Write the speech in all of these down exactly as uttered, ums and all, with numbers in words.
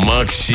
Макси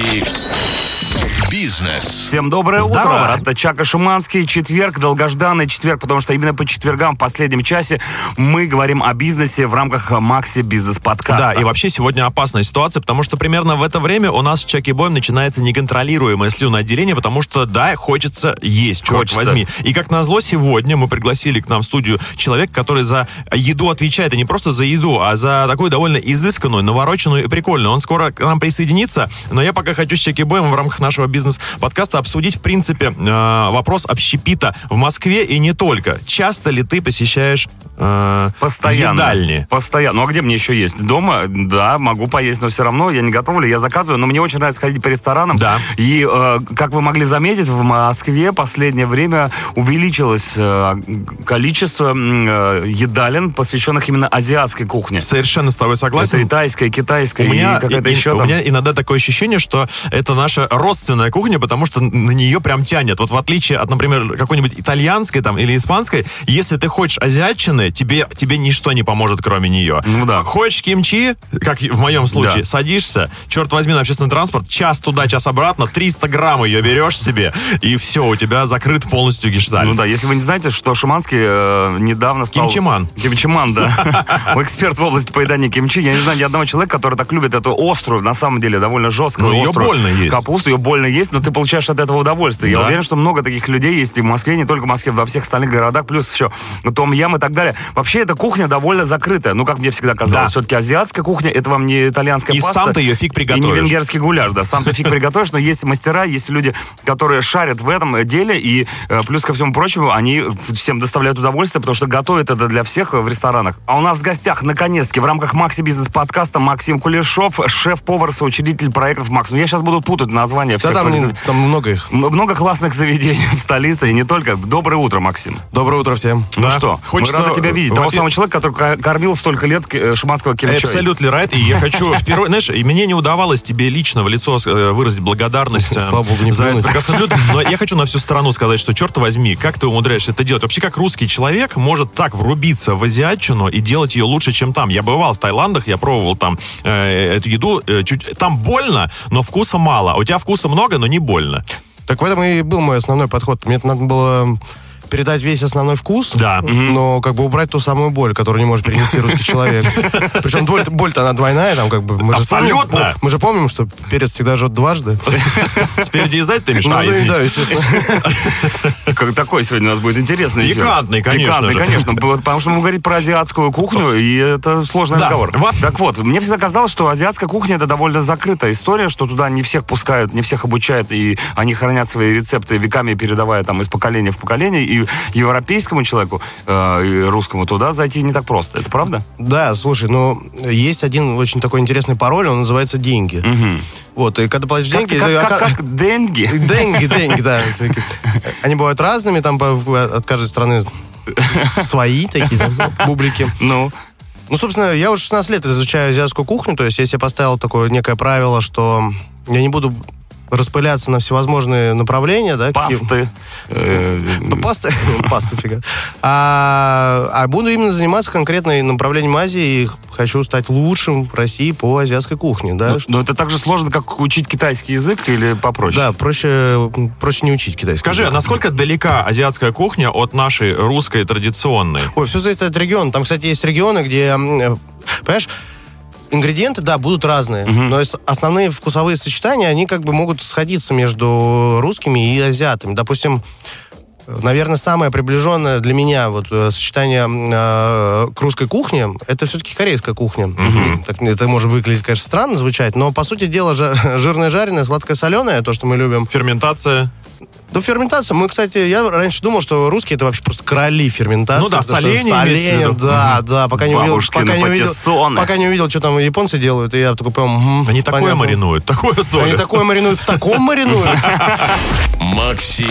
Бизнес. Всем доброе Здорово. утро. Это Чака Шуманский. Четверг, долгожданный четверг, потому что именно по четвергам в последнем часе мы говорим о бизнесе в рамках Макси Бизнес подкаста. Да, и вообще сегодня опасная ситуация, потому что примерно в это время у нас с Чаки Боем начинается неконтролируемое слюноотделение, потому что, да, хочется есть, черт Хочется. возьми. И как назло, сегодня мы пригласили к нам в студию человека, который за еду отвечает, и не просто за еду, а за такую довольно изысканную, навороченную и прикольную. Он скоро к нам присоединится, но я пока хочу с Чаки Боем в рамках нашего бизнес-подкаста обсудить, в принципе, э, вопрос общепита в Москве и не только. Часто ли ты посещаешь э, Постоянно. едальни? Постоянно. Ну а где мне еще есть? Дома, да, могу поесть, но все равно я не готовлю, я заказываю. Но мне очень нравится ходить по ресторанам. Да. И, э, как вы могли заметить, в Москве в последнее время увеличилось э, количество э, едалин, посвященных именно азиатской кухне. Совершенно с тобой согласен. Это и тайская, и китайская, У меня, и какая-то и- еще у там. меня иногда такое ощущение, что это наша родственная кухня, потому что на нее прям тянет. Вот в отличие от, например, какой-нибудь итальянской там или испанской, если ты хочешь азиатчины, тебе, тебе ничто не поможет, кроме нее. Ну да. Хочешь кимчи, как в моем случае, Да. садишься, черт возьми, на общественный транспорт, час туда, час обратно, триста грамм ее берешь себе, и все, у тебя закрыт полностью гештальт. Ну да, если вы не знаете, что Шуманский э, недавно стал... Кимчиман. Кимчиман, да. Он эксперт в области поедания кимчи. Я не знаю ни одного человека, который так любит эту острую, на самом деле, довольно жесткую, Ну, ее острую больно есть. капусту. Ее больно есть, но ты получаешь от этого удовольствие. Я Да. уверен, что много таких людей есть и в Москве, не только в Москве, во всех остальных городах, плюс еще том-ям и так далее. Вообще, эта кухня довольно закрытая. Ну, как мне всегда казалось. Да. Все-таки азиатская кухня, это вам не итальянская И паста. сам ты ее фиг И не приготовишь. венгерский гуляш, да. Сам ты фиг приготовишь, но есть мастера, есть люди, которые шарят в этом деле, и э, плюс ко всему прочему, они всем доставляют удовольствие, потому что готовят это для всех в ресторанах. А у нас в гостях, наконец-таки, в рамках Макси Бизнес подкаста Максим Кулешов, шеф-повар, соучредитель проектов Макс. Ну, я сейчас буду путать названия Да, всех. там, производ- там много их. М- Много классных заведений в столице, и не только. Доброе утро, Максим. Доброе утро всем. Ну Да. что, Хочется- мы рады тебя видеть. Того во-первых- самого человека, который ко- кормил столько лет э, шуманского кимчи. Абсолютно right. И я хочу впервые, знаешь, и мне не удавалось тебе лично в лицо э, выразить благодарность э, Слава богу, не за это плюнуть. прекрасное блюдо. Но я хочу на всю страну сказать, что, черт возьми, как ты умудряешься это делать? Вообще, как русский человек может так врубиться в азиатчину и делать ее лучше, чем там? Я бывал в Таиландах, я пробовал там э, эту еду. э, чуть, там больно, но вкуса мало. А у тебя вкуса много, но не больно. Так в этом и был мой основной подход. Мне надо было передать весь основной вкус, Да. но как бы убрать ту самую боль, которую не может перенести русский человек. Причем боль- боль-то она двойная, там как бы... Мы же сами Абсолютно. пом- Мы же помним, что перец всегда жжет дважды. Спереди и сзади ты имеешь? Ну, А, да, извините. да, естественно. Как такой сегодня у нас будет интересный эфир. Пикантный, конечно Пикантный, же. конечно. Потому что мы говорим про азиатскую кухню, и это сложный Да. разговор. Во- Так вот, мне всегда казалось, что азиатская кухня — это довольно закрытая история, что туда не всех пускают, не всех обучают, и они хранят свои рецепты веками, передавая там из поколения в поколение. И европейскому человеку, э, и русскому туда зайти не так просто. Это правда? Да, слушай, ну, есть один очень такой интересный пароль, он называется «деньги». Вот, и когда платишь Как, деньги... как, ты как, ока- как деньги. Деньги, деньги, да. Они бывают разными, там по- от каждой страны свои такие там, бублики. Ну, Ну, собственно, я уже шестнадцать лет изучаю азиатскую кухню, то есть я себе поставил такое некое правило, что я не буду распыляться на всевозможные направления, да, какие- пасты. э, Паста, паста фига. А, а буду именно заниматься конкретно направлением Азии и хочу стать лучшим в России по азиатской кухне, да. Ну, но это так же сложно, как учить китайский язык или попроще? Да, проще, проще не учить китайский. Скажи, а язык. насколько далека азиатская кухня от нашей русской традиционной? Ой, все зависит от региона. Там, кстати, есть регионы, где, м, понимаешь, ингредиенты, да, будут разные, но ос- основные вкусовые сочетания, они как бы могут сходиться между русскими и азиатами. Допустим, наверное, самое приближенное для меня вот э, сочетание э, к русской кухне, это все-таки корейская кухня. Так, это может выглядеть, конечно, странно звучать, но, по сути дела, жа- жирное жареное, сладкое соленое, то, что мы любим. Ферментация? Ну, ферментация. Мы, кстати, я раньше думал, что русские это вообще просто короли ферментации. Ну да, потому что соление имеется в соление, виду. да, да. Пока не увидел, Бабушкины пока не увидел, патиссоны. пока не увидел, что там японцы делают, и я такой прям... мгм, Они такое понятно. маринуют, такое соль. Они такое маринуют, в таком маринуют. Макси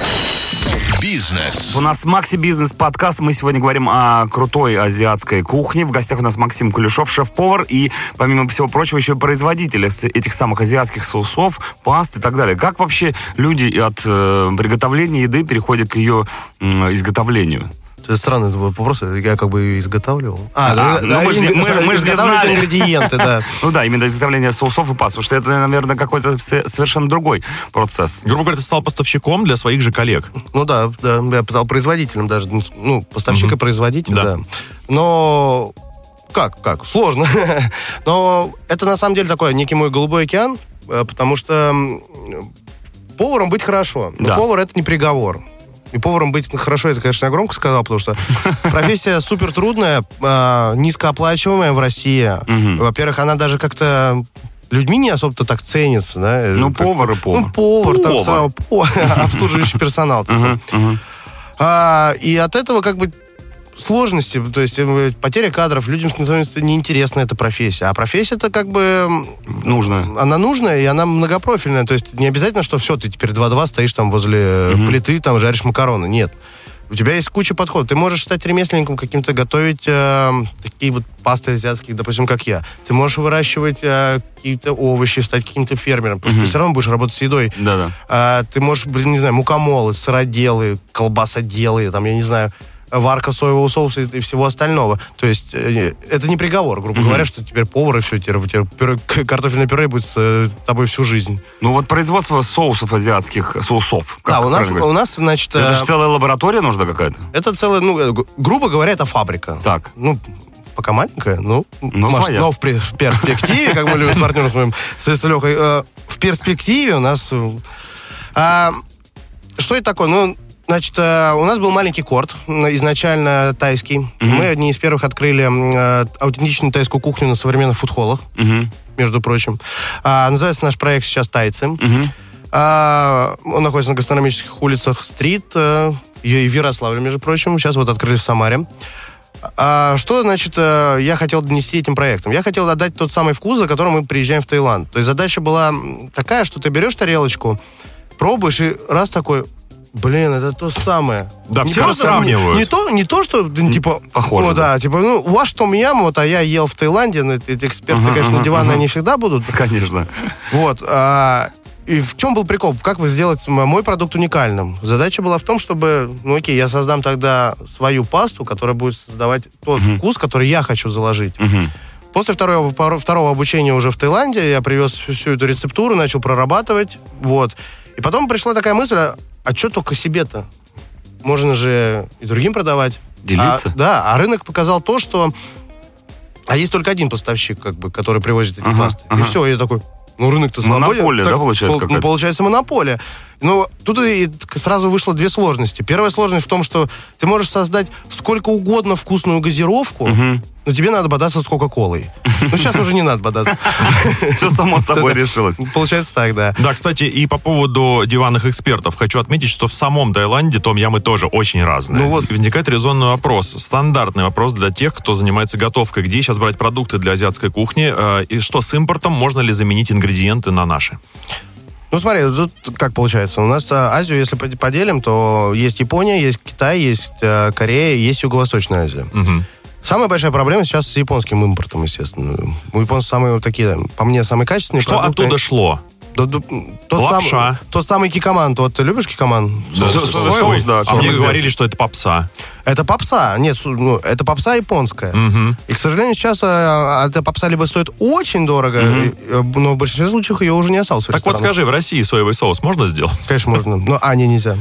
Бизнес. У нас Макси Бизнес подкаст. Мы сегодня говорим о крутой азиатской кухне. В гостях у нас Максим Кулешов, шеф-повар и, помимо всего прочего, еще и производитель с- этих самых азиатских соусов, паст и так далее. Как вообще люди от э, приготовления еды переходят к ее м, изготовлению? Это странный вопрос, я как бы изготавливал. А, да, да, ну, мы, же, мы, мы же изготавливали ингредиенты, да. Ну да, именно изготовление соусов и паст, потому что это, наверное, какой-то совершенно другой процесс. Грубо говоря, ты стал поставщиком для своих же коллег. Ну да, да, я стал производителем даже, ну, поставщик и производитель, да. Но как, как, сложно. Но это на самом деле такой некий мой голубой океан, потому что поваром быть хорошо, но повар это не приговор. И поваром быть хорошо, это, конечно, я громко сказал, потому что профессия супер трудная, э, низкооплачиваемая в России. Угу. Во-первых, она даже как-то людьми не особо-то так ценится. Да? Ну, как, повар и повар. Ну, повар, повар. Там, повар обслуживающий персонал. Угу, угу. А, и от этого как бы сложности, то есть потеря кадров, людям становится неинтересна эта профессия. А профессия-то как бы... Нужная. Она нужная, и она многопрофильная. То есть не обязательно, что все, ты теперь два-два стоишь там возле mm-hmm. плиты, там жаришь макароны. Нет. У тебя есть куча подходов. Ты можешь стать ремесленником каким-то, готовить э, такие вот пасты азиатские, допустим, как я. Ты можешь выращивать э, какие-то овощи, стать каким-то фермером, потому mm-hmm. что ты все равно будешь работать с едой. Да-да. А, ты можешь, блин, не знаю, мукомолы, сыроделы, колбасоделы, там, я не знаю... варка соевого соуса и всего остального. То есть э, это не приговор, грубо mm-hmm. говоря, что теперь повар и все, теперь, теперь пюре, картофельное пюре будет с э, тобой всю жизнь. Ну вот производство соусов азиатских, соусов. Как, да, у нас, у нас, значит... Это же целая лаборатория нужна какая-то? Это целая, ну, грубо говоря, это фабрика. Так. Ну, пока маленькая, ну, ну может, но в перспективе, как мы любим с партнером своим, с Лехой, в перспективе у нас... Что это такое? Ну, значит, у нас был маленький корт, изначально тайский. Mm-hmm. Мы одни из первых открыли э, аутентичную тайскую кухню на современных фудхоллах, mm-hmm. между прочим. А, называется наш проект сейчас «Тайцы». Mm-hmm. А, он находится на гастрономических улицах «Стрит» э, и в Ярославле, между прочим. Сейчас вот открыли в Самаре. А, что, значит, э, я хотел донести этим проектом? Я хотел отдать тот самый вкус, за которым мы приезжаем в Таиланд. То есть задача была такая, что ты берешь тарелочку, пробуешь и раз такой... Блин, это то самое. Да, не все сравнивают. Не, не, то, не то, что, типа... Похоже. Ну, да, типа, ну, у вас том ям, вот, а я ел в Таиланде, ну, эти эксперты, uh-huh, конечно, uh-huh, диванные, uh-huh. они всегда будут. Конечно. Вот. А, и в чем был прикол? Как вы сделать мой продукт уникальным? Задача была в том, чтобы, ну, окей, я создам тогда свою пасту, которая будет создавать тот uh-huh. вкус, который я хочу заложить. Uh-huh. После второго, второго обучения уже в Таиланде я привез всю эту рецептуру, начал прорабатывать, вот. И потом пришла такая мысль, а что только себе-то? Можно же и другим продавать. Делиться? А, да, а рынок показал то, что... А есть только один поставщик, как бы, который привозит эти ага, пасты. Ага. И все, я такой... Ну, рынок-то свободен. Монополия, так, да, получается? Пол, ну, получается, монополия. Но тут и сразу вышло две сложности. Первая сложность в том, что ты можешь создать сколько угодно вкусную газировку, угу. но тебе надо бодаться с Кока-Колой. Ну, сейчас уже не надо бодаться. Все само собой решилось. Получается так, да. Да, кстати, и по поводу диванных экспертов. Хочу отметить, что в самом Таиланде том-ямы тоже очень разные. Ну вот. Возникает резонный вопрос. Стандартный вопрос для тех, кто занимается готовкой. Где сейчас брать продукты для азиатской кухни? И что с импортом? Можно ли заменить ингредиенты на наши? Ну, смотри, тут как получается. У нас Азию, если поделим, то есть Япония, есть Китай, есть Корея, есть Юго-Восточная Азия. Угу. Самая большая проблема сейчас с японским импортом, естественно. У японцев самые вот такие, по мне, самые качественные Что продукты. оттуда шло? Тот, тот, Лапша. Сам, тот самый кикоман. Вот ты любишь кикоман? Соевый, да. А мне говорили, что это попса. Это попса. Нет, ну, это попса японская. Угу. И, к сожалению, сейчас а, эта попса либо стоит очень дорого, угу. но в большинстве случаев ее уже не осталось. Так вот скажи, в России соевый соус можно сделать? Конечно, можно. Но, а, не, нельзя.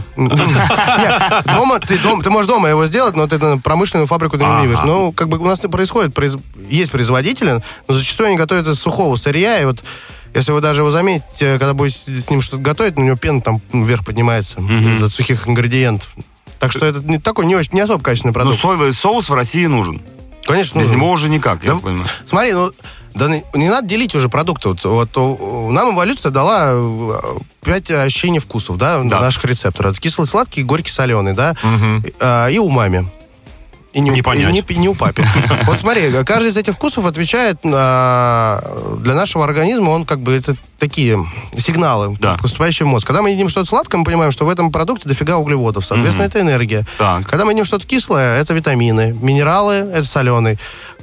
Дома, ты, дом, ты можешь дома его сделать, но ты на промышленную фабрику ты не видишь. Ну, как бы у нас происходит, есть производители, но зачастую они готовят из сухого сырья, и вот если вы даже его заметите, когда будете с ним что-то готовить, у него пена там вверх поднимается mm-hmm. из-за сухих ингредиентов. Так что это не такой не очень, не особо качественный продукт. Но соевый соус в России нужен. Конечно, без нужен. него уже никак, я да, понимаю. Смотри, ну, да не, не надо делить уже продукты. Вот, вот нам эволюция дала пять ощущений вкусов, да, да. наших рецепторов. Кислый, сладкий, горький, соленый, да, угу. и умами. И не, не у, понять. И не, и не у папи. Вот смотри, каждый из этих вкусов отвечает а, для нашего организма, он как бы, это такие сигналы, да. поступающие в мозг. Когда мы едим что-то сладкое, мы понимаем, что в этом продукте дофига углеводов, соответственно, mm-hmm. это энергия. Так. Когда мы едим что-то кислое, это витамины, минералы, это соленый,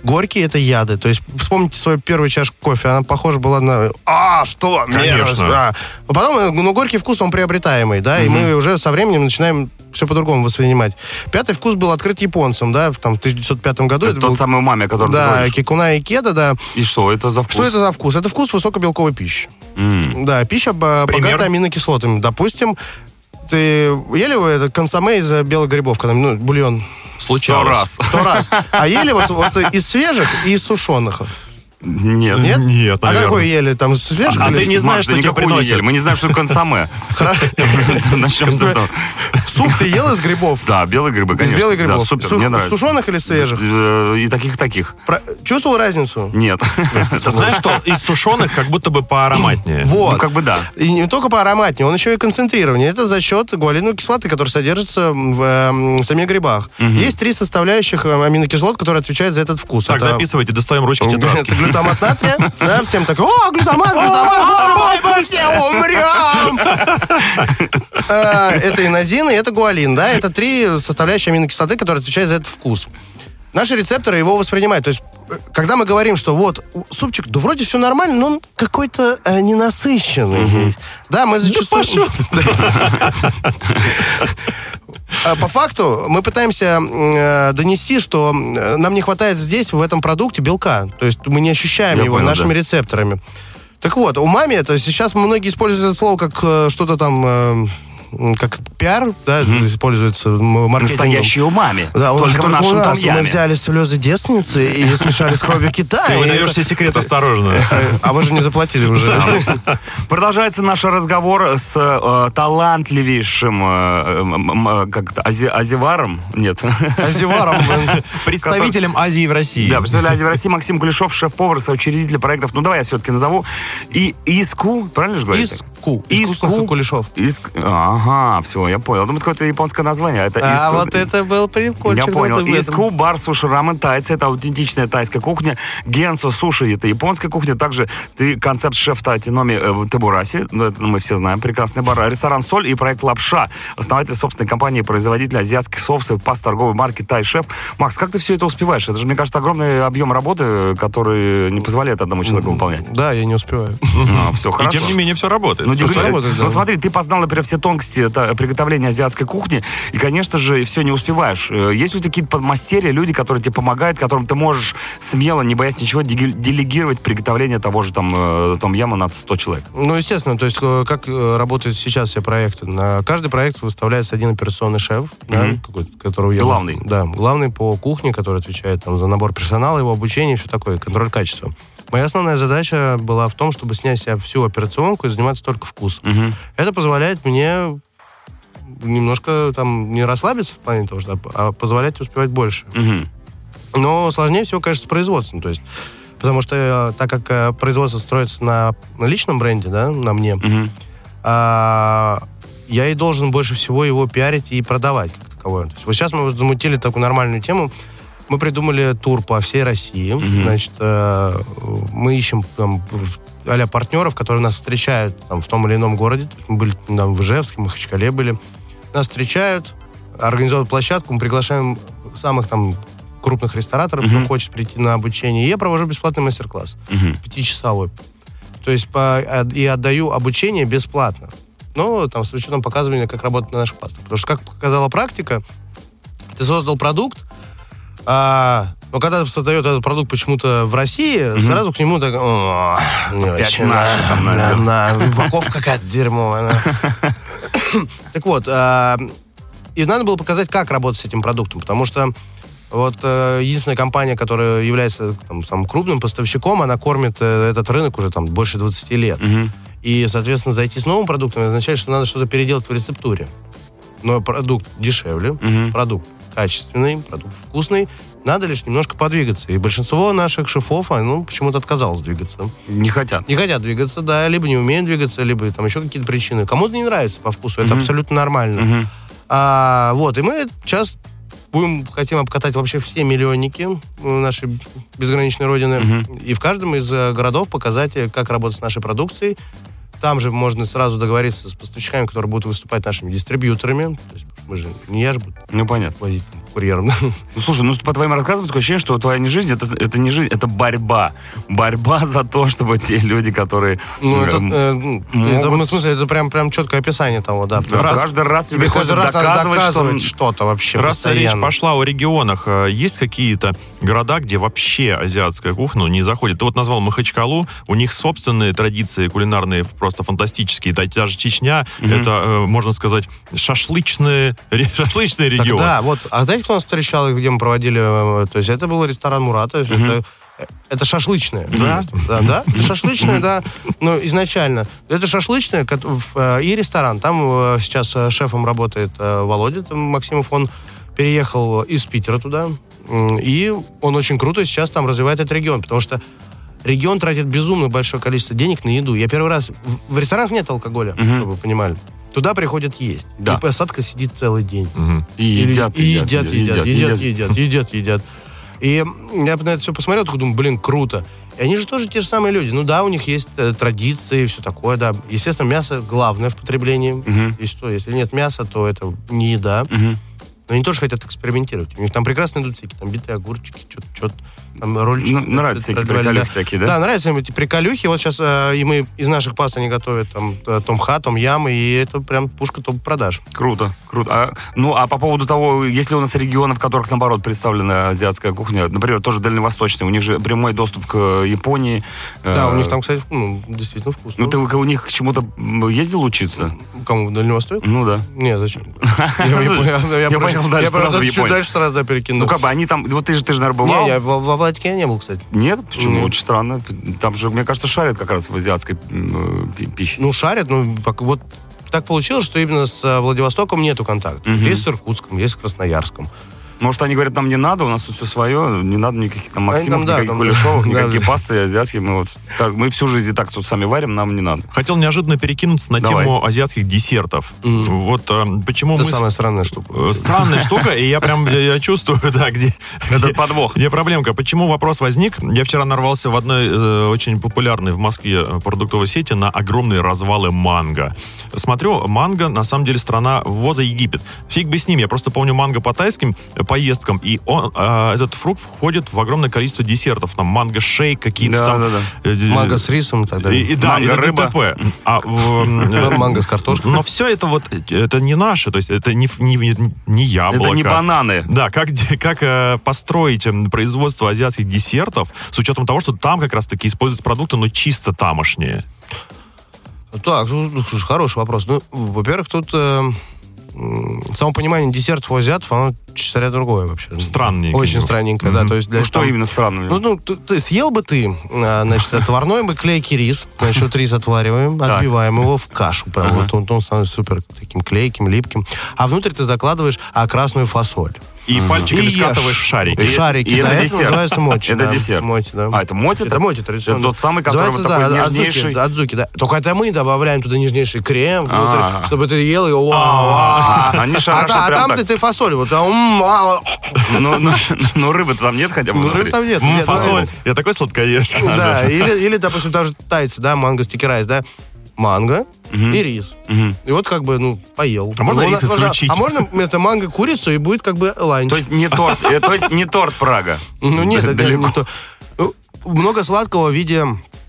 Горькие — это яды. То есть вспомните свою первую чашку кофе, она похожа была на... А, что? Конечно. Да. А потом, ну, горький вкус, он приобретаемый, да, mm-hmm. и мы уже со временем начинаем все по-другому воспринимать. Пятый вкус был открыт японцем, да, в, там, в тысяча девятьсот пятом году. Это, это тот был... самый умами, о котором да, ты говоришь. кикуна икеда, да. И что это за вкус? Что это за вкус? Это вкус высокобелковой пищи. Mm. Да, пища богата аминокислотами. Допустим, ты ели вы это консоме из белых грибов, когда, ну, бульон? Случалось. Сто раз. Сто раз. А ели вот, вот из свежих и из сушеных? Нет. Нет? Нет, А наверное. какой ели? Там свежих? А или- ты не знаешь, Маш, что да тебе никакую не приносят. ели. Мы не знаем, что это консоме. Начнем с этого. Суп ты ел из грибов? Да, белые грибы, Из конечно. белых грибов? Да, супер, Су- мне нравится. Сушеных или свежих? Э, И таких, и таких. Про- Чувствовал разницу? Нет. Ты знаешь, что из сушеных как будто бы поароматнее. Вот. Ну, как бы да. И не только по ароматнее, он еще и концентрированнее. Это за счет гуаниновой кислоты, которая содержится в э, самих грибах. Есть три составляющих э, аминокислот, которые отвечают за этот вкус. Так, Это- записывайте, достаем ручки, Это тетрадки. глютамат натрия. Да, всем так, о, глютамат, глютамат, боже мой, мы все умрем. А, Это инозин и это гуалин, да, это три составляющие аминокислоты, которые отвечают за этот вкус. Наши рецепторы его воспринимают. То есть, э, когда мы говорим, что вот у- супчик, да вроде все нормально, но он какой-то э, ненасыщенный. Да, мы зачастую... А По факту мы пытаемся э, донести, что э, нам не хватает здесь, в этом продукте, белка. То есть мы не ощущаем Я его понял, нашими да. рецепторами. Так вот, умами, то есть сейчас многие используют это слово как э, что-то там... э, как пиар, да, используется м- маркетингом. Настоящие умами. Да, он- Только в нашем у нас том-яме. мы взяли слезы девственницы и смешали с кровью Китая. Ты и выдаешь это- все секреты, осторожно. Э, А вы же не заплатили уже. Продолжается наш разговор с э, талантливейшим э, м, м, как это, ази- азиваром. Нет. Азиваром, блин. Представителем Азии в России. Да, представитель Азии в России Максим Кулешов, шеф-повар, соучредитель проектов. Ну, давай я все-таки назову. И ИСКУ, правильно же говорится? Иску. Искусных ИСКУ. Кулешов. Иск... Ага, все, я понял. Думаю, какое-то японское название. А, это А Иску. вот это был прикольчик. Я понял. вот в этом. Иску, бар, суши, рамен, тайцы. Это аутентичная тайская кухня. Генсо, суши, это японская кухня. Также ты концепт шеф Тайтиноми э, в Тебураси. Ну, это мы все знаем. Прекрасный бар. Ресторан «Соль» и проект «Лапша». Основатель собственной компании, производитель азиатских соусов, паст торговой марки «Тай-шеф». Макс, как ты все это успеваешь? Это же, мне кажется, огромный объем работы, который не позволяет одному человеку выполнять. Да, я не успеваю. все И хорошо. тем не менее все работает. Ну, Всё Дим, работает, э, да. вот смотри, ты познал, например, все тонкости это, приготовления азиатской кухни, и, конечно же, все не успеваешь. Э, Есть у тебя какие-то подмастерья, люди, которые тебе помогают, которым ты можешь смело, не боясь ничего, деги- делегировать приготовление того же там э, том-яма на сто человек? Ну, естественно, то есть э, как э, работают сейчас все проекты. На каждый проект выставляется один операционный шеф, да, Мгм. какой-то, которого я... Главный. Да, главный по кухне, который отвечает там, за набор персонала, его обучение, все такое, контроль качества. Моя основная задача была в том, чтобы снять с себя всю операционку и заниматься только вкусом. Мгм. Это позволяет мне немножко там не расслабиться в плане того, что, а позволять успевать больше. Мгм. Но сложнее всего, конечно, с производством. То есть, потому что э, так как э, производство строится на, на личном бренде, да, на мне, Мгм. а, я и должен больше всего его пиарить и продавать как таковое. То есть, вот сейчас мы вот замутили такую нормальную тему. Мы придумали тур по всей России. Мгм. Значит, э, мы ищем там, а-ля партнеров, которые нас встречают там, в том или ином городе. То есть мы были там, в Ижевске, в Махачкале были. Нас встречают, организовывают площадку, мы приглашаем самых там крупных рестораторов, Мгм. кто хочет прийти на обучение. И я провожу бесплатный мастер-класс, Мгм. пятичасовой. То есть по, и отдаю обучение бесплатно. Но там с учетом показывания, как работать на наших пастах. Потому что, как показала практика, ты создал продукт, а, но когда создает этот продукт почему-то в России, Мгм. сразу к нему так... «О, не Опять очень, наши да, там, да, наверное». да, упаковка какая-то дерьмовая. да». Так вот, а, и надо было показать, как работать с этим продуктом, потому что вот э, единственная компания, которая является там, самым крупным поставщиком, она кормит э, этот рынок уже там больше двадцати лет. Мгм. И, соответственно, зайти с новым продуктом означает, что надо что-то переделать в рецептуре. Но продукт дешевле, Мгм. продукт качественный, продукт вкусный. Надо лишь немножко подвигаться. И большинство наших шефов, ну, почему-то отказалось двигаться. Не хотят. Не хотят двигаться, да, либо не умеют двигаться, либо там еще какие-то причины. Кому-то не нравится по вкусу, это Мгм. абсолютно нормально. Мгм. А, вот, и мы сейчас будем, хотим обкатать вообще все миллионники нашей безграничной родины. Мгм. И в каждом из э, городов показать, э, как работать с нашей продукцией. Там же можно сразу договориться с поставщиками, которые будут выступать нашими дистрибьюторами. То есть мы же, не я же буду Ну, понятно. возить курьером. Ну, слушай, ну, по твоим рассказам такое ощущение, что твоя не жизнь, это, это не жизнь, это борьба. Борьба за то, чтобы те люди, которые... Ну, это, э, могут... это, в смысле, это прям, прям четкое описание того, да. Раз, каждый раз тебе тебе каждый раз надо доказывать, доказывать что... что-то вообще Раз постоянно. речь пошла о регионах, есть какие-то города, где вообще азиатская кухня не заходит? Ты вот назвал Махачкалу, у них собственные традиции кулинарные просто фантастические. Да, та же Чечня, Мгм. это, можно сказать, шашлычный, шашлычный регион. Да, вот. А знаете, кто нас встречал, где мы проводили? э, То есть это был ресторан Мурат. То есть Мгм. это, это шашлычное. Да? Да, да. Это шашлычное, да. Ну, изначально. Это шашлычное кот- в, э, и ресторан. Там э, сейчас э, шефом работает э, Володя там, Максимов. Он переехал из Питера туда. М, И он очень круто сейчас там развивает этот регион. Потому что регион тратит безумно большое количество денег на еду. Я первый раз... В, в ресторанах нет алкоголя, Мгм. чтобы вы понимали. Туда приходят есть. Да. И посадка сидит целый день. Мгм. И Или- едят, и едят, едят, едят, едят, едят, едят, едят. И я на это все посмотрел, такой думаю, блин, круто. И они же тоже те же самые люди. Ну да, у них есть э, традиции, все такое, да. Естественно, мясо главное в потреблении. Мгм. И что, если нет мяса, то это не еда. Мгм. Но они тоже хотят экспериментировать. У них там прекрасно идут всякие, там битые огурчики, что-то, что-то, там роллчики. Ну, нравятся всякие Да. приколюхи такие, да? Да, нравятся им эти приколюхи. Вот сейчас э, и мы из наших паст они готовят там э, том-ха, том-ям, и это прям пушка топ-продаж. Круто, круто. А, ну, а по поводу того, есть ли у нас регионы, в которых, наоборот, представлена азиатская кухня, например, тоже дальневосточная, у них же прямой доступ к Японии. Да, Э, у них там, кстати, ну, действительно вкусно. Ну, ты у них к чему-то м, ездил учиться? Кому, в Дальний Восток? Ну, да. Нет, зачем? Я я понял, я Я просто- понял, дальше я сразу просто в чуть Японию. дальше сразу да, перекинул. Ну, как бы они там... Вот ты же, ты же, наверное, бывал? Не, я во во Владике я не был, кстати. Нет? Почему? Нет. Очень странно. Там же, мне кажется, шарят как раз в азиатской м, пи- пище. Ну, шарят, ну, как- вот так получилось, что именно с э, Владивостоком нету контакта. Мгм. Есть с Иркутском, есть с Красноярском. Может, они говорят, нам не надо, у нас тут все свое, не надо никаких там Они Максимов, там, да, никаких там, Кулешовых, да, никакие да. пасты азиатские. Мы, вот, так, мы всю жизнь и так тут сами варим, нам не надо. Хотел неожиданно перекинуться на Давай. тему азиатских десертов. Мгм. Вот э, почему Это мы... с- самая странная штука. Э, Странная штука, и я прям я, я чувствую, да, где, Это где, подвох. где проблемка. Почему вопрос возник? Я вчера нарвался в одной э, очень популярной в Москве э, продуктовой сети на огромные развалы манго. Смотрю, манго, на самом деле, страна ввоза Египет. Фиг бы с ним, я просто помню манго по тайским э, поездкам, и он, э, этот фрукт входит в огромное количество десертов. Там манго-шейк, какие-то Да, там... да, да. э, Манго с рисом и так и, далее. и да, Манго, и рыба. т.д. А, в, э, Манго с картошкой. но все это вот, это не наше, то есть это не, не, не яблоко. Это не бананы. Да, как, де- как э, построить м, производство азиатских десертов с учетом того, что там как раз-таки используются продукты, но чисто тамошние. Так, ну, ну, слушай, хороший вопрос. Ну, во-первых, тут э, м, само понимание десертов у азиатов, оно чисто другое вообще. Странненько Очень немножко. странненькое, да. Мгм. То есть для Ну, что там- именно странного? Ну, ну, ты, ты съел бы ты, а, значит, отварной бы клейкий рис. Значит, вот рис отвариваем, Так. отбиваем его в кашу. Прям Ага. вот он, он становится супер таким клейким, липким. А внутрь ты закладываешь а, красную фасоль. И пальчиками И ешь. скатываешь в шарик. И шарики. и да, это это десерт. называется моти. Это да. десерт. Моти, да. А, это моти? Это моти традиционно. Это тот самый, который вот Называется, такой да, адзуки, нежнейший. да, адзуки, да. Только это мы добавляем туда нежнейший крем внутрь, А. чтобы ты ел и вау, А, вау. они А шарашат та- а прям там так. ты, ты фасоль, вот а, м, а, Ну, ну, ну, рыбы-то там нет хотя бы? ну, внутри? рыбы там нет. М, Нет, фасоль. ну, Я такой сладкоежка. Да, или, или, допустим, даже тайцы, да, манго стики райс, да, манго Мгм. и рис. Мгм. И вот как бы, ну, поел. А можно Ну, рис можно- исключить? А можно вместо манго курицу, и будет как бы ланч. То есть не торт, э, то есть не торт Прага. Ну, нет, это далеко. не то. Ну, много сладкого в виде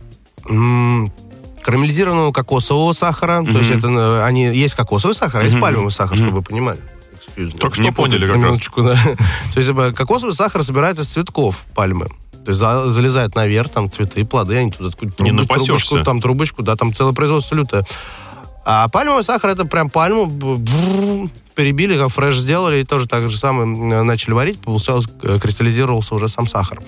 м, карамелизированного кокосового сахара. То есть это, э, они, есть кокосовый сахар, а есть Мгм. пальмовый сахар, Мгм. чтобы вы понимали. Excuse me. Только что Не поняли путать, как раз. Минуточку, да. То есть э, кокосовый сахар собирают из цветков пальмы. То есть за- залезают наверх, там цветы, плоды, они туда такую Не трубу- напасешься. трубочку, там трубочку, да, там целое производство лютое. А пальмовый сахар это прям пальму б- бррр, перебили, как фреш сделали, и тоже так же самое м, начали варить, получался, э, кристаллизировался уже сам сахар.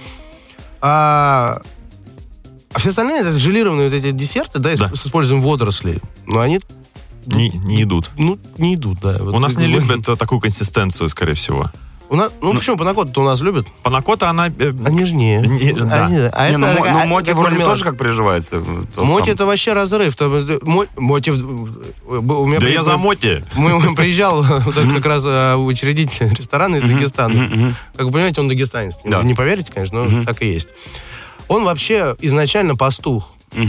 А, а все остальные это желированные вот эти десерты, да, Да. с, с использованием водорослей, но они, Не, не идут. ну, не идут, да. Вот У нас не мы- любят э, такую консистенцию, скорее всего. У нас, ну, почему панакотта у нас любят? Панакота, она... э, А нежнее. Не- да. Они- а Не, это- ну, мо- а- ну, моти как вроде мармелад. тоже как приживается. тот Моти сам. это вообще разрыв. Там, э, мо- Моти... в- у меня Да при- я за моти. Мы, мы приезжал вот это как раз э, учредитель ресторана из Мгм, Дагестана. мгм, мгм. Как вы понимаете, он дагестанец. Да. Не поверите, конечно, но Мгм. так и есть. Он вообще изначально пастух. Мгм.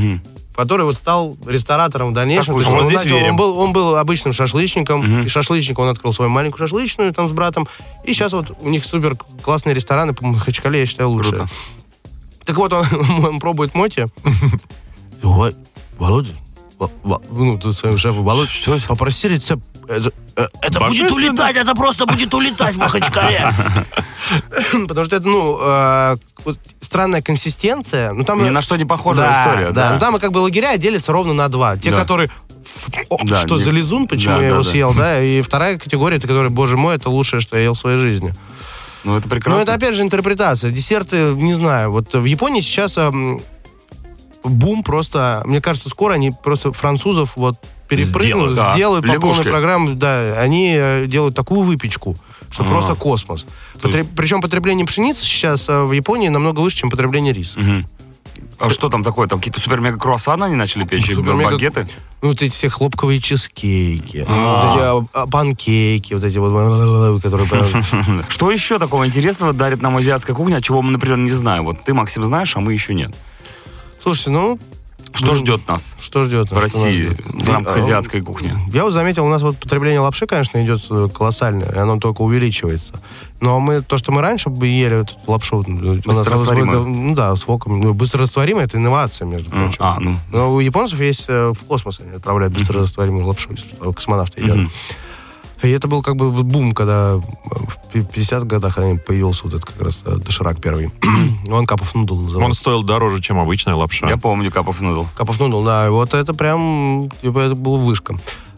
который вот стал ресторатором в дальнейшем. Так, То есть вот он, здесь начал- верим. он был, он был обычным шашлычником, Мгм. и шашлычник он открыл свою маленькую шашлычную там с братом, и сейчас вот у них супер классные рестораны, по-моему, в Махачкале, я считаю, лучшие. Круто. Так вот, он, он пробует моти. Ой, Володя, Во- Во- ну, тут своему шефу, Володя, Что это? попроси рецепт. Это, э, это будет Божественно. улетать, это просто будет улетать в Махачкале. Потому что это, ну, э, вот странная консистенция. Ну, там, Ни на что не похожая да, история. Да, Да, ну там как бы лагеря делятся ровно на два. Те, Да. которые... О, Да, что не- за лизун, почему да, я да, его да. съел, да? И вторая категория, это которая, боже мой, это лучшее, что я ел в своей жизни. Ну, это прекрасно. Ну, это опять же интерпретация. Десерты, не знаю. Вот в Японии сейчас эм, бум просто... Мне кажется, скоро они просто французов вот перепрыгнут, Сделают, да. сделают по Лягушки. полной программе. Да, они э, делают такую выпечку, что А. просто космос. То есть- Потре- Причем потребление пшеницы сейчас э, в Японии намного выше, чем потребление риса. Мгм. А что там такое? Там какие-то супер-мега-круассаны они начали печь? и Супер-мега- багеты? Ну, вот эти все хлопковые чизкейки, А. вот эти, а, панкейки, вот эти вот, которые... прям- Что еще такого интересного дарит нам азиатская кухня, а чего мы, например, не знаем? Вот ты, Максим, знаешь, а мы еще нет. Слушайте, ну... Что ну, ждет нас Что ждет в нас? Что нас России ждет? в рамках Да, азиатской кухни? Я вот заметил, у нас вот потребление лапши, конечно, идет э, колоссальное, и оно только увеличивается. Но мы, то, что мы раньше бы ели вот эту лапшу, у нас Быстрорастворимую. это, ну да, с воком, ну, быстрорастворимая, это инновация, между М, прочим. А, ну. Но у японцев есть э, в космос они отправляют быстрорастворимую лапшу, если что, космонавты едят. Мгм. И это был как бы бум, когда в пятидесятых годах они появился вот этот как раз э, доширак первый. Он капов нудл Он назывался. стоил дороже, чем обычная лапша. Я помню Капов Нудл. Капов нудл, да, и вот это прям, типа, это была вышка.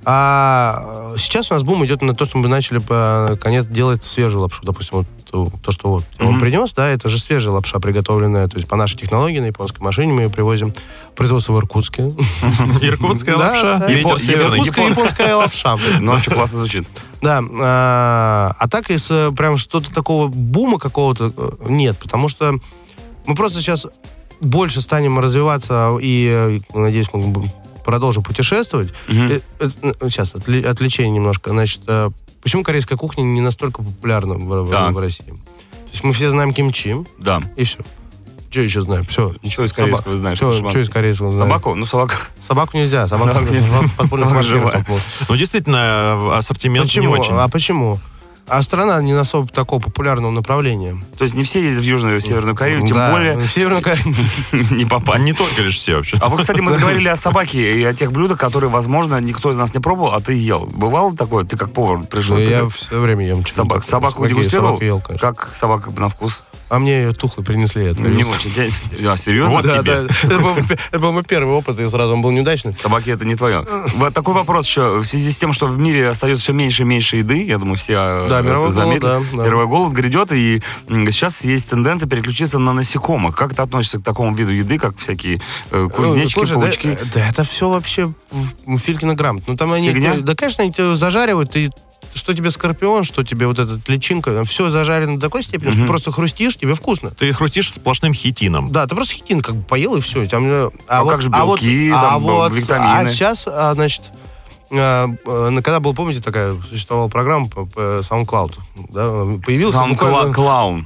А сейчас у нас бум идет на то, что мы начали по- наконец делать свежую лапшу. Допустим, вот то, то, что вот он Мгм. принес, да, это же свежая лапша, приготовленная, то есть по нашей технологии на японской машине мы ее привозим. Производство в Иркутске. Иркутская Да, лапша? да. Ветер Япон- северный. Иркутская японская лапша. Ну, очень классно звучит. Да, а, а так из э, прям что-то такого бума какого-то э, нет, потому что мы просто сейчас больше станем развиваться и, э, надеюсь, мы будем- продолжим путешествовать. Мгм. Э, э, э, Сейчас, отвле- отвлечение немножко. Значит, э, почему корейская кухня не настолько популярна в, в- Так. в России? То есть мы все знаем кимчи, Да. и все. Что еще знаем? Все. Ничего из корейского знаешь. Что, это из корейского знаем? Собаку? Ну, собака. Собаку нельзя. Собаку Собаку нельзя. в подпольных Собака квартирах живая. попала. Ну, действительно, ассортимент не Почему? очень. А почему? А страна не особо такого популярного направления. То есть не все ездят в Южную и в Северную Корею, тем Да, более в Северную Корею. не попасть. Не только лишь все вообще. А вот, кстати, мы заговорили о собаке и о тех блюдах, которые, возможно, никто из нас не пробовал, а ты ел. Бывало такое? Ты как повар пришел? Ну, ты я как- все время ем. Собак, что-то собаку такое. дегустировал? Собаку ел, конечно. Как собака на вкус? А мне ее тухлой принесли. Это. Не очень. А, серьезно? Вот Да, тебе. да. Это был, это был мой первый опыт, и сразу он был неудачный. Собаки это не твое. Вот такой вопрос еще. В связи с тем, что в мире остается все меньше и меньше еды, я думаю, все э, Да, это мировой голод, заметили. да, да. Мировой голод грядет, и м, сейчас есть тенденция переключиться на насекомых. Как ты относишься к такому виду еды, как всякие э, кузнечики, Слушай, да, паучки? да это все вообще в- Филькина грамота. Ну, там они, Фигня? те- да, конечно, они тебя зажаривают, и что тебе скорпион, что тебе вот эта личинка, все зажарено до такой степени, что Мгм. ты просто хрустишь, тебе вкусно. Ты хрустишь сплошным хитином. Да, ты просто хитин как бы поел, и все. Там, э, А как же вот- белки, а там, вот, витамины? А сейчас, а, значит, а, а, когда был, помните, такая существовала программа по, по SoundCloud, да, появился Там буквально- кла- клаун.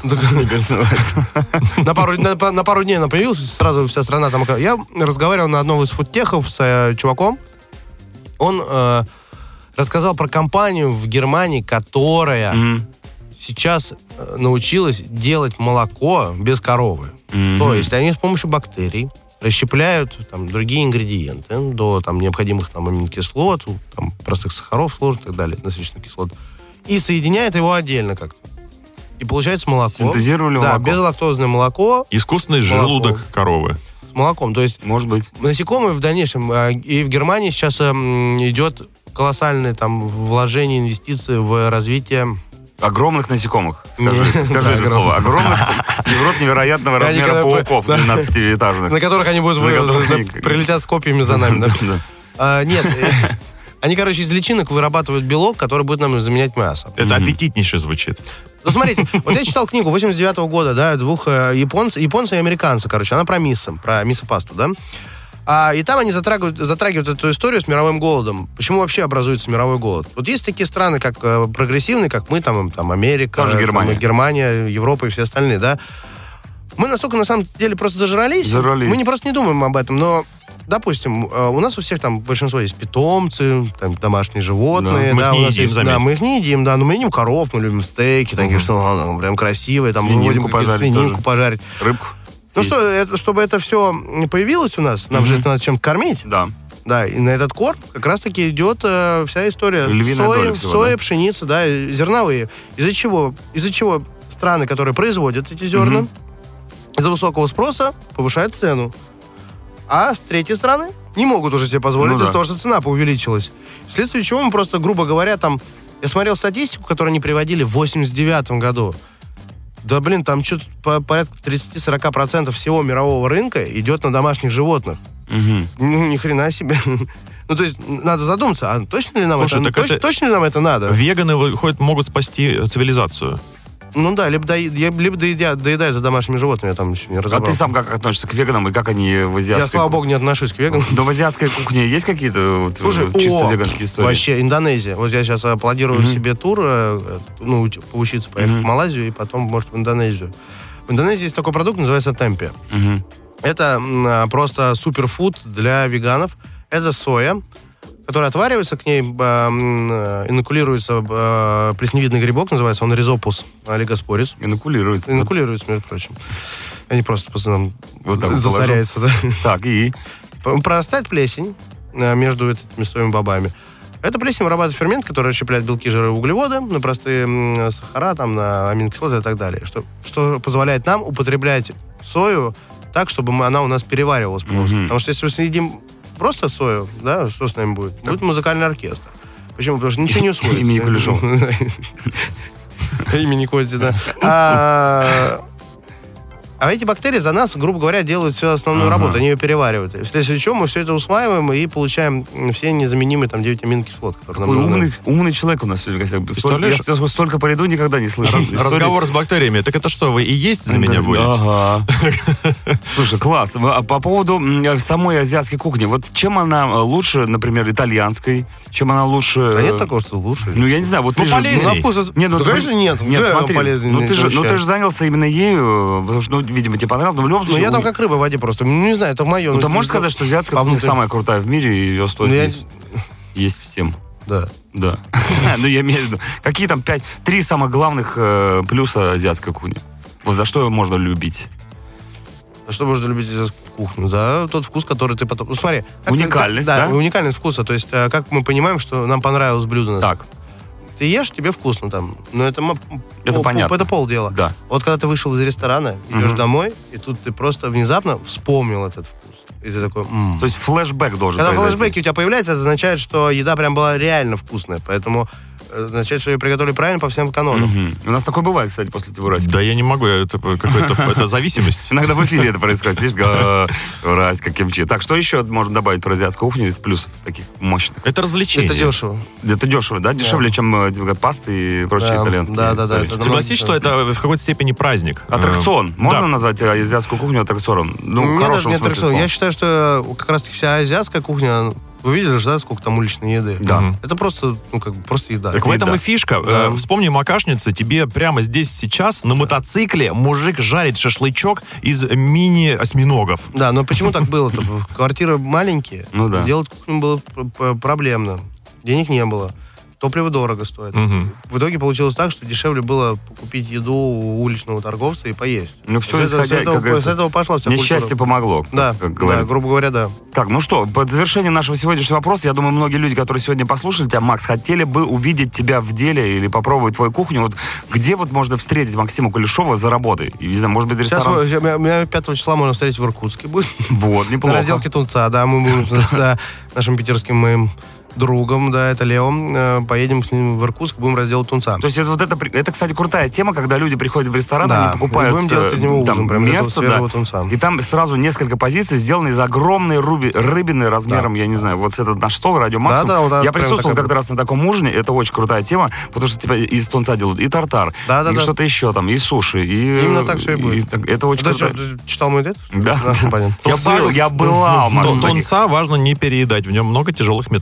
на пару, на, на пару дней она появилась, сразу вся страна там... Я разговаривал на одном из фудтехов с э, чуваком. Он э, рассказал про компанию в Германии, которая Мгм. сейчас э, научилась делать молоко без коровы. Мгм. То есть они с помощью бактерий расщепляют там, другие ингредиенты до там, необходимых там, аминокислот, там, простых сахаров сложных и так далее, насыщенных кислот, и соединяют его отдельно как-то. И получается молоко. Синтезировали Да, молоко. безлактозное молоко Искусственный Молоко. желудок коровы. с молоком. То есть Может быть. насекомые в дальнейшем, а, и в Германии сейчас м, идет колоссальное там вложение, инвестиции в развитие... Огромных насекомых. Скажи, Не, скажи да, это слово. Огромных. И в рот невероятного Они размера когда- пауков да. двенадцатиэтажных. На которых они будут На вы- которых да, они- прилетят с копьями за нами. да? Да. А, Нет, э, они, короче, из личинок вырабатывают белок, который будет нам заменять мясо. Это Мгм. аппетитнейше звучит. Ну, смотрите, вот я читал книгу восемьдесят девятого года, да, двух э, японцев, японца и американца, короче, она про мисо, про мисо-пасту, да. А, и там они затрагивают, затрагивают эту историю с мировым голодом. Почему вообще образуется мировой голод? Вот есть такие страны, как э, прогрессивные, как мы, там, там Америка, Та же там, Германия. Германия, Европа и все остальные, да. Мы настолько, на самом деле, просто зажрались. Зажрались. Мы не просто не думаем об этом, но допустим, у нас у всех там большинство есть питомцы, там, домашние животные. Да, мы да, их не у нас едим, есть, заметь. да, мы их не едим, да, но мы едим коров, мы любим стейки, такие, что ну, прям красивые, там Свининку выводим какие-то пожарить свининку тоже. пожарить. Рыбку. Ну Есть. что, это, чтобы это все появилось у нас, нам Мгм. же это надо чем-то кормить. Да. Да, и на этот корм как раз-таки идет э, вся история. Львиная Соя, доля всего, соя да. пшеница, да, и зерновые. Из-за чего? Из-за чего страны, которые производят эти зерна, Мгм. из-за высокого спроса повышают цену. А с третьей стороны не могут уже себе позволить Ну из-за да. того, что цена поувеличилась. Вследствие чего мы просто, грубо говоря, там... Я смотрел статистику, которую они приводили в восемьдесят девятом году. Да, блин, там что-то по- порядка тридцать-сорок процентов всего мирового рынка идет на домашних животных. Мгм. Ну, ни хрена себе. Ну, то есть, надо задуматься, а точно ли нам, Слушай, это, так точ- это- точно ли нам это надо? Веганы, выходит, могут спасти цивилизацию. Ну да, либо, дои- либо доедят, доедают за домашними животными, я там еще не А разобрал. ты сам как относишься к веганам и как они в азиатской... Я, слава богу, не отношусь к веганам. Но в азиатской кухне есть какие-то вот, Слушай, чисто о, веганские истории? вообще, Индонезия. Вот я сейчас аплодирую Мгм. себе тур, э, ну, уч- поучиться поехать Мгм. в Малайзию и потом, может, в Индонезию. В Индонезии есть такой продукт, называется темпе. Мгм. Это м, а, просто суперфуд для веганов. Это соя, которая отваривается, к ней а, м, э, инокулируется а, плесневидный грибок, называется он ризопус олигоспорис. Инокулируется. Инокулируется, между прочим. Они просто постоянно Вот так вот засоряются, да. Так, и... Прорастает плесень а, между этими своими бобами. Эта плесень вырабатывает фермент, который расщепляет белки, жиры и углеводы на простые м, сахара, там, на аминокислоты и так далее. Что, что позволяет нам употреблять сою так, чтобы мы, она у нас переваривалась просто. Мгм. Потому что если мы съедим просто сою, да, что с нами будет? Будет музыкальный оркестр. Почему? Потому что ничего не усвоится. Имени Кулешова. Имени Кодзи, да. А а эти бактерии за нас, грубо говоря, делают всю основную Ага. работу, они ее переваривают. И вследствие чего мы все это усваиваем и получаем все незаменимые там девять аминокислот, которые нам Какой нужны. умный, умный человек у нас сегодня. в гостях. Столько, Представляешь? я столько- столько по ряду никогда не слышал. Истории- Разговор с бактериями. Так это что, вы и есть за меня будете? Ага. Слушай, класс. А по поводу м, самой азиатской кухни, вот чем она э, лучше, например, итальянской? Чем она лучше... Да нет э, такого, что лучше. Ну, я не знаю, вот Ну, ты же... полезней. Ну, на вкус это- Нет, ну, да, ты- конечно, нет. Нет, Да, смотри, полезнее ну ты, же, ну вообще. ты же занялся именно ею, потому что, ну, видимо, тебе понравилось, но в любом Ну, случае... я там у- как рыба в воде просто. Ну, не знаю, это мое. Ну, ты можешь сказать, что азиатская кухня Вовнутрь. самая крутая в мире, и ее стоит Ну, я- есть, есть всем? Да. Да. Ну, я имею в виду, какие там пять, три самых главных э, плюса азиатской кухни? Вот за что ее можно любить? А что можно любить из кухню? За тот вкус, который ты потом... Ну, смотри. как ты- Уникальность, как- да? Да, уникальность вкуса. То есть, э, как мы понимаем, что нам понравилось блюдо. Так, Ты ешь, тебе вкусно там. Но это, м- Это пол- понятно. Это полдела. да. Вот когда ты вышел из ресторана, идешь Мгм. домой, и тут ты просто внезапно вспомнил этот вкус. И ты такой... «М». То есть флешбэк должен Когда произойти. флешбеки у тебя появляются, это означает, что еда прям была реально вкусная. Поэтому э, означает, что ее приготовили правильно по всем канонам. Мгм. У нас такое бывает, кстати, после тебя Раськи. Да я не могу, я- это какой-то это зависимость. Иногда в эфире это происходит. Видишь, га- Раська, кимчи. Так, что еще можно добавить про азиатскую кухню из плюсов таких мощных? Это развлечение. Это дешево. Это дешево, да? Дешевле, чем э, типа, пасты и прочие Да, итальянские да, да, да, истории. это намного Согласись, что дешевле. это в какой-то степени праздник. Аттракцион. Э, Можно да. назвать э, азиатскую кухню аттракционом? Ну, в Мне даже хорошем не смысле аттракцион. слова. Я считаю, что как раз-таки вся азиатская кухня... Вы видели же, да, сколько там уличной еды? Да. Мгм. Это просто, ну, как бы, просто еда. Так в этом еда. и фишка. Да. Э, Вспомни Макашница, тебе прямо здесь сейчас на мотоцикле мужик жарит шашлычок из мини-осьминогов. Да, но почему так было-то? Квартиры маленькие. Ну да. Делать кухню было пр- пр- проблемно. Денег не было. Топливо дорого стоит. Мгм. В итоге получилось так, что дешевле было купить еду у уличного торговца и поесть. Ну, все с, этого, с, исходя, этого, как говорится, с этого пошла вся несчастье культура. помогло, как, Да, как да, говорится. грубо говоря, да. Так, ну что, под завершение нашего сегодняшнего вопроса, я думаю, многие люди, которые сегодня послушали тебя, Макс, хотели бы увидеть тебя в деле или попробовать твою кухню. Вот где вот можно встретить Максима Кулешова за работой? И, не знаю, может быть, Сейчас ресторан? мы- меня- меня пятого числа можно встретить в Иркутске будет. Вот, На неплохо. разделке тунца, да, мы будем с э, нашим питерским моим другом, да, это Лео, э, поедем с ним в Иркутск, будем разделать тунца. То есть это вот это, при- это, кстати, крутая тема, когда люди приходят в ресторан, Да, они покупают и будем делать из него э, там ужин, прям из этого место, свежего да, тунца. и там сразу несколько позиций сделаны из огромной руби, рыбины размером, я не знаю, вот с этот наш стол, радио Максимум. Да, да, вот это я прям присутствовал такая- как-то раз на таком ужине, это очень крутая тема, потому что типа из тунца делают и тартар, Да, да, и да. что-то еще там, и суши, и... Именно так всё и будет. так- это очень Ты круто. что, ты читал мой дед? Да. понятно. Я был, я была, Макс, Тун- в таких. Тунца важно не переедать, в нем много тяжелых металлов. Да.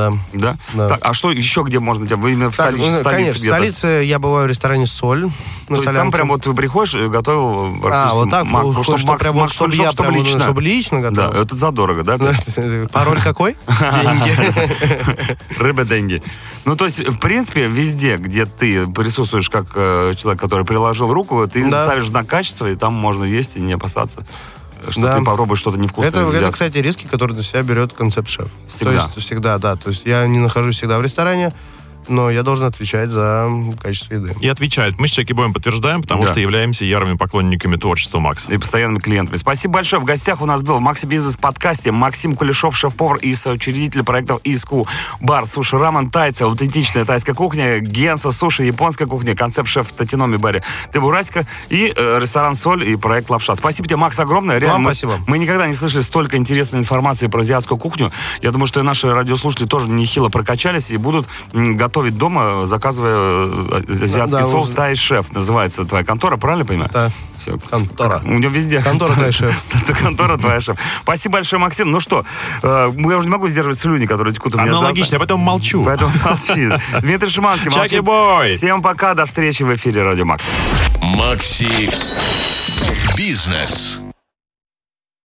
да. Да? Да. Так, а что еще где можно? Вы именно в Так, столице, ну, столице конечно, в где-то? столице я бываю в ресторане «Соль». на То есть там Солянке. прям вот ты приходишь и готовил А, практически вот так, Макс, вот, ну, чтобы что Макс, прям вот, Макс чтобы пришел, я чтобы прям, лично. чтобы лично Да, готовил. это задорого, да? Пароль какой? Деньги. Рыба деньги. Ну, то есть, в принципе, везде, где ты присутствуешь как э, человек, который приложил руку, ты Да. ставишь на качество, и там можно есть и не опасаться, что Да. ты попробуешь что-то невкусное. Это, это, взять. кстати, риски, которые на себя берет концепт-шеф. Всегда. То есть всегда, да. То есть я не нахожусь всегда в ресторане, но я должен отвечать за качество еды. И отвечают. Мы с Чаки Боем подтверждаем, потому Да. что являемся ярыми поклонниками творчества Макса. И постоянными клиентами. Спасибо большое. В гостях у нас был в Макси Бизнес подкасте Максим Кулешов, шеф-повар и соучредитель проектов ИСКУ Бар, Суши Рамен, Тайца, аутентичная тайская кухня, Генсо Суши, японская кухня, концепт-шеф Татиноми Барри Тебурасика и э, ресторан Соль и проект Лапша. Спасибо тебе, Макс, огромное. Реально, Вам мы, спасибо. мы никогда не слышали столько интересной информации про азиатскую кухню. Я думаю, что и наши радиослушатели тоже нехило прокачались и будут м, готовить дома, заказывая э, азиатский Да, соус вот- Тай Шеф. Называется твоя контора, правильно понимаю? Да. Все. Контора. У него везде. Контора твоя, шеф. Это контора твоя, шеф. Спасибо большое, Максим. Ну что, э, я уже не могу сдерживать слюни, которые текут у меня. Аналогично, я поэтому молчу. Поэтому молчи. Дмитрий Шиманский молчит. Чаки Бой! Всем пока, до встречи в эфире Радио Макс. Макси Бизнес.